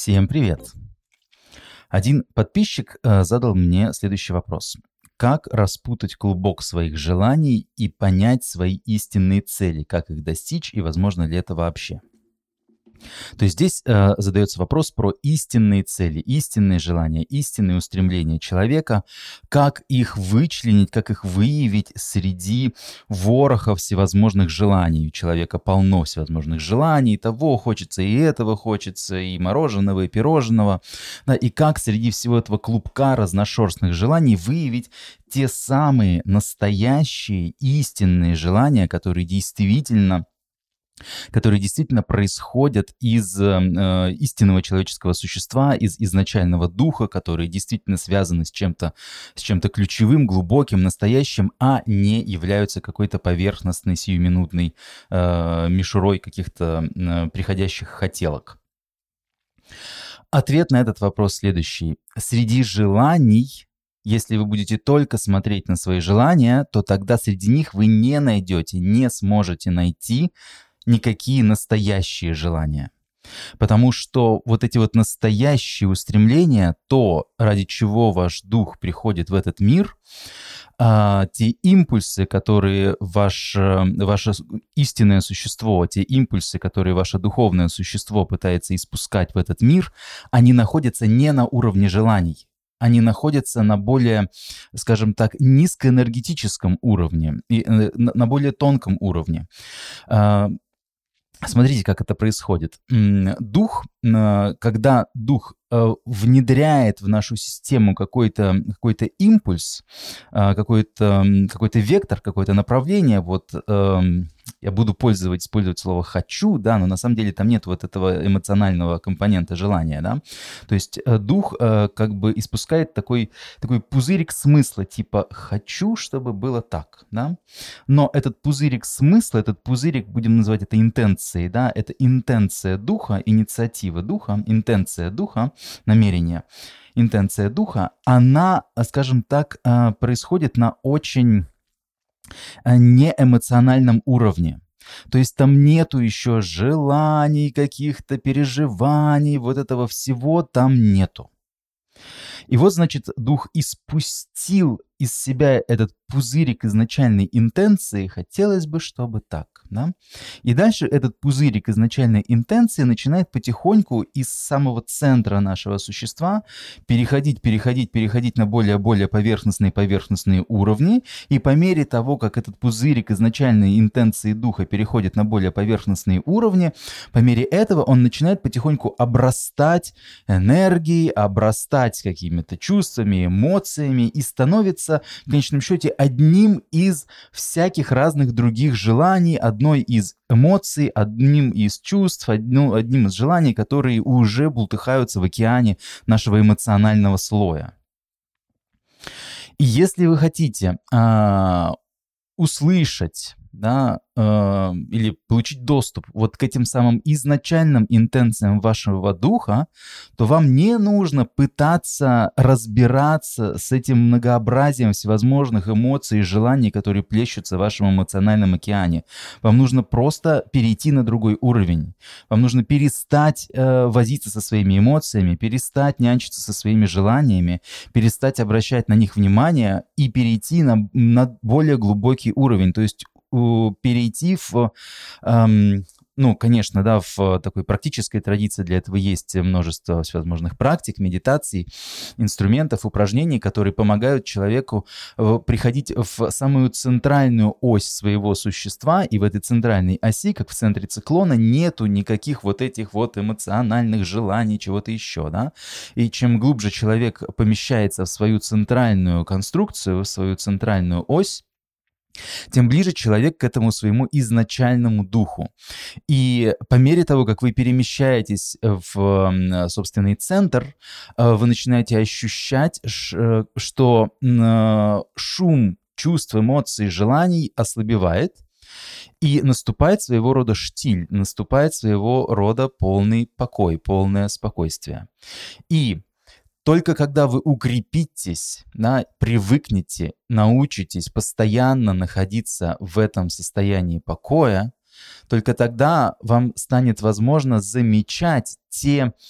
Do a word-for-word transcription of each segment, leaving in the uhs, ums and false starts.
Всем привет! Один подписчик э, задал мне следующий вопрос. Как распутать клубок своих желаний и понять свои истинные цели? Как их достичь и возможно ли это вообще? То есть здесь э, задается вопрос про истинные цели, истинные желания, истинные устремления человека, как их вычленить, как их выявить среди вороха всевозможных желаний. У человека полно всевозможных желаний, того хочется, и этого хочется, и мороженого, и пирожного. Да, и как среди всего этого клубка разношерстных желаний выявить те самые настоящие истинные желания, которые действительно которые действительно происходят из э, истинного человеческого существа, из изначального духа, которые действительно связаны с чем-то, с чем-то ключевым, глубоким, настоящим, а не являются какой-то поверхностной, сиюминутной э, мишурой каких-то э, приходящих хотелок. Ответ на этот вопрос следующий. Среди желаний, если вы будете только смотреть на свои желания, то тогда среди них вы не найдете, не сможете найти никакие настоящие желания. Потому что вот эти вот настоящие устремления, то, ради чего ваш дух приходит в этот мир, а, те импульсы, которые ваше, ваше истинное существо, те импульсы, которые ваше духовное существо пытается испускать в этот мир, они находятся не на уровне желаний. Они находятся на более, скажем так, низкоэнергетическом уровне, и на более тонком уровне. Смотрите, как это происходит. Дух, когда дух внедряет в нашу систему какой-то, какой-то импульс, какой-то, какой-то вектор, какое-то направление, вот я буду пользовать, использовать слово «хочу», да, но на самом деле там нет вот этого эмоционального компонента желания, да. То есть дух как бы испускает такой, такой пузырик смысла, типа «хочу, чтобы было так», да. Но этот пузырик смысла, этот пузырик, будем называть это интенцией, да, это интенция духа, инициатива духа, интенция духа, намерение, интенция духа, она, скажем так, происходит на очень неэмоциональном уровне. То есть там нету еще желаний, каких-то переживаний, вот этого всего там нету. И вот, значит, дух испустил из себя этот пузырик изначальной интенции, хотелось бы, чтобы так, да? И дальше этот пузырик изначальной интенции начинает потихоньку из самого центра нашего существа переходить, переходить, переходить на более-более поверхностные, поверхностные уровни, и по мере того, как этот пузырик изначальной интенции духа переходит на более поверхностные уровни, по мере этого он начинает потихоньку обрастать энергией, обрастать какими-то чувствами, эмоциями и становится в конечном счете одним из всяких разных других желаний, одной из эмоций, одним из чувств, одно, одним из желаний, которые уже бултыхаются в океане нашего эмоционального слоя. И если вы хотите а, услышать, да, э, или получить доступ вот к этим самым изначальным интенциям вашего духа, то вам не нужно пытаться разбираться с этим многообразием всевозможных эмоций и желаний, которые плещутся в вашем эмоциональном океане. Вам нужно просто перейти на другой уровень. Вам нужно перестать э, возиться со своими эмоциями, перестать нянчиться со своими желаниями, перестать обращать на них внимание и перейти на, на более глубокий уровень, то есть перейти в, эм, ну, конечно, да, в такой практической традиции для этого есть множество всевозможных практик, медитаций, инструментов, упражнений, которые помогают человеку приходить в самую центральную ось своего существа, и в этой центральной оси, как в центре циклона, нету никаких вот этих вот эмоциональных желаний, чего-то еще, да, и чем глубже человек помещается в свою центральную конструкцию, в свою центральную ось, тем ближе человек к этому своему изначальному духу. И по мере того, как вы перемещаетесь в собственный центр, вы начинаете ощущать, что шум чувств, эмоций, желаний ослабевает, и наступает своего рода штиль, наступает своего рода полный покой, полное спокойствие. И только когда вы укрепитесь, да, привыкнете, научитесь постоянно находиться в этом состоянии покоя, только тогда вам станет возможно замечать те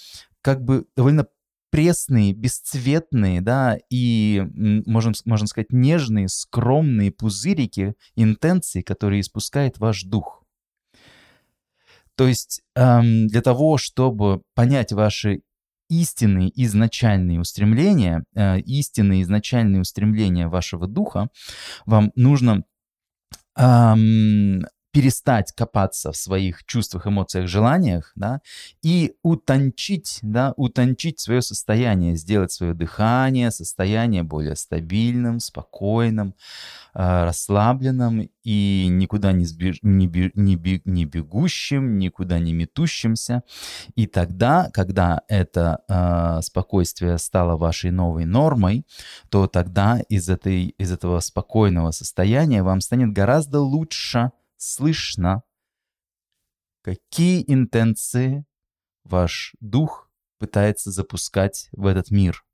как бы довольно пресные, бесцветные, да, и, можем, можно сказать, нежные, скромные пузырики интенций, которые испускает ваш дух. То есть эм, для того, чтобы понять ваши истинные изначальные устремления, э, истинные изначальные устремления вашего духа, вам нужно эм, перестать копаться в своих чувствах, эмоциях, желаниях, да, и утончить, да, утончить свое состояние, сделать свое дыхание, состояние более стабильным, спокойным, э, расслабленным и никуда не, сбеж... не, бе... не, бе... не бегущим, никуда не метущимся. И тогда, когда это э, спокойствие стало вашей новой нормой, то тогда из, этой, из этого спокойного состояния вам станет гораздо лучше слышно, какие интенции ваш дух пытается запускать в этот мир.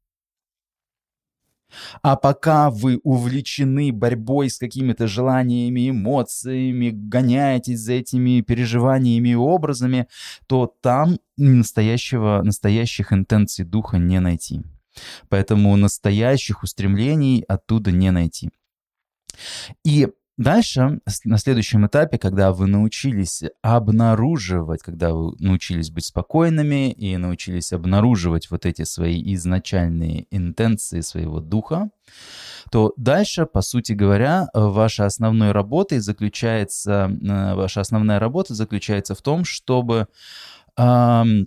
А пока вы увлечены борьбой с какими-то желаниями, эмоциями, гоняетесь за этими переживаниями и образами, то там настоящего, настоящих интенций духа не найти. Поэтому настоящих устремлений оттуда не найти. И дальше, на следующем этапе, когда вы научились обнаруживать, когда вы научились быть спокойными и научились обнаруживать вот эти свои изначальные интенции своего духа, то дальше, по сути говоря, ваша основной работа заключается, ваша основная работа заключается в том, чтобы эм,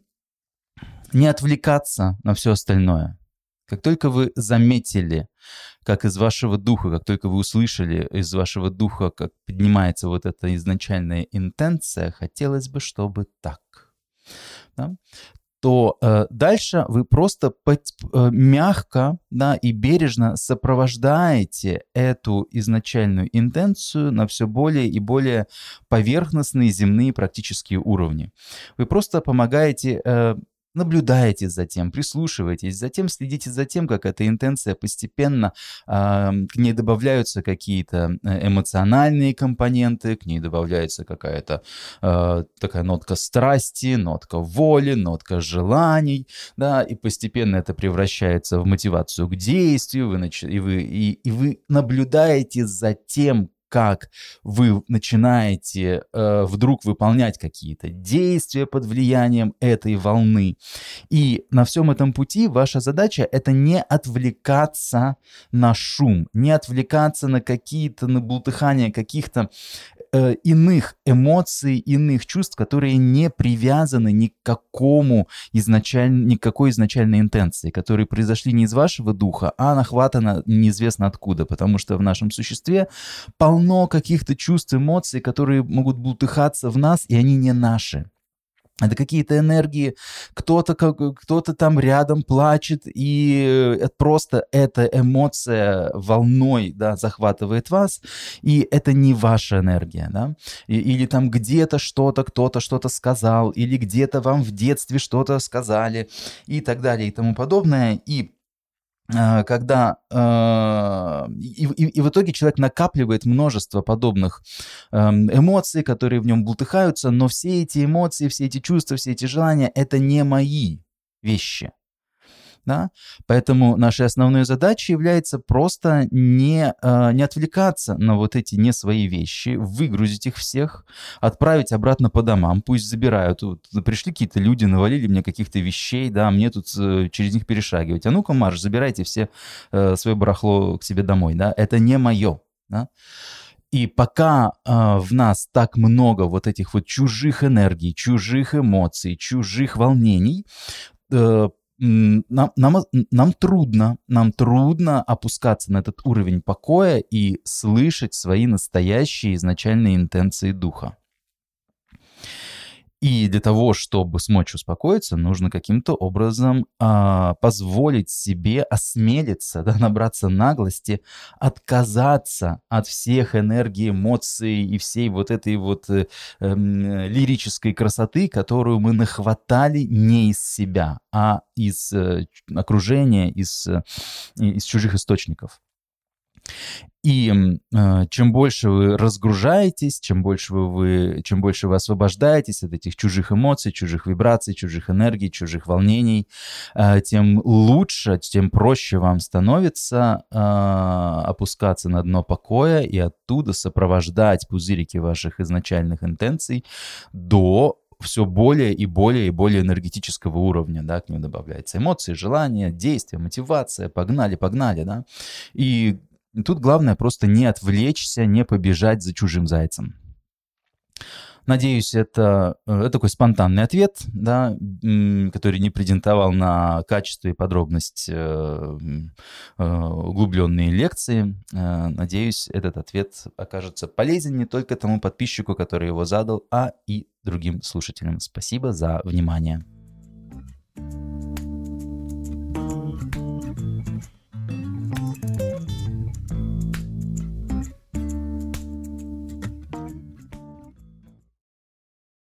не отвлекаться на все остальное. Как только вы заметили, как из вашего духа, как только вы услышали из вашего духа, как поднимается вот эта изначальная интенция, хотелось бы, чтобы так, да, то э, дальше вы просто под, э, мягко, да, и бережно сопровождаете эту изначальную интенцию на все более и более поверхностные земные практические уровни. Вы просто помогаете... Э, Наблюдаете за тем, прислушиваетесь, затем следите за тем, как эта интенция постепенно, э, к ней добавляются какие-то эмоциональные компоненты, к ней добавляется какая-то э, такая нотка страсти, нотка воли, нотка желаний, да, и постепенно это превращается в мотивацию к действию, вы нач... и, вы, и, и вы наблюдаете за тем, как вы начинаете э, вдруг выполнять какие-то действия под влиянием этой волны. И на всем этом пути ваша задача — это не отвлекаться на шум, не отвлекаться на какие-то, на бултыхания каких-то э, иных эмоций, иных чувств, которые не привязаны ни к какому изначально, ни к какой изначальной интенции, которые произошли не из вашего духа, а нахватано неизвестно откуда, потому что в нашем существе полно полно каких-то чувств, эмоций, которые могут бултыхаться в нас, и они не наши. Это какие-то энергии, кто-то, кто-то там рядом плачет, и это просто эта эмоция волной, да, захватывает вас, и это не ваша энергия, да? И, или там где-то что-то, кто-то что-то сказал, или где-то вам в детстве что-то сказали, и так далее, и тому подобное, и когда э, и, и, и в итоге человек накапливает множество подобных э, эмоций, которые в нем бултыхаются, но все эти эмоции, все эти чувства, все эти желания — это не мои вещи. Да? Поэтому нашей основной задачей является просто не, э, не отвлекаться на вот эти не свои вещи, выгрузить их всех, отправить обратно по домам, пусть забирают. Вот, пришли какие-то люди, навалили мне каких-то вещей, да, мне тут э, через них перешагивать. А ну-ка, марш, забирайте все э, свое барахло к себе домой. Да? Это не мое. Да? И пока э, в нас так много вот этих вот чужих энергий, чужих эмоций, чужих волнений, э, Нам, нам, нам трудно, нам трудно опускаться на этот уровень покоя и слышать свои настоящие изначальные интенции духа. И для того, чтобы смочь успокоиться, нужно каким-то образом а, позволить себе осмелиться, да, набраться наглости, отказаться от всех энергий, эмоций и всей вот этой вот э, э, лирической красоты, которую мы нахватали не из себя, а из э, окружения, из, э, из чужих источников. И э, чем больше вы разгружаетесь, чем больше вы, вы, чем больше вы освобождаетесь от этих чужих эмоций, чужих вибраций, чужих энергий, чужих волнений, э, тем лучше, тем проще вам становится э, опускаться на дно покоя и оттуда сопровождать пузырики ваших изначальных интенций до все более и более и более энергетического уровня, да, к нему добавляются эмоции, желания, действия, мотивация, погнали, погнали, да, и тут главное просто не отвлечься, не побежать за чужим зайцем. Надеюсь, это, это такой спонтанный ответ, да, который не претендовал на качество и подробность углубленные лекции. Надеюсь, этот ответ окажется полезен не только тому подписчику, который его задал, а и другим слушателям. Спасибо за внимание.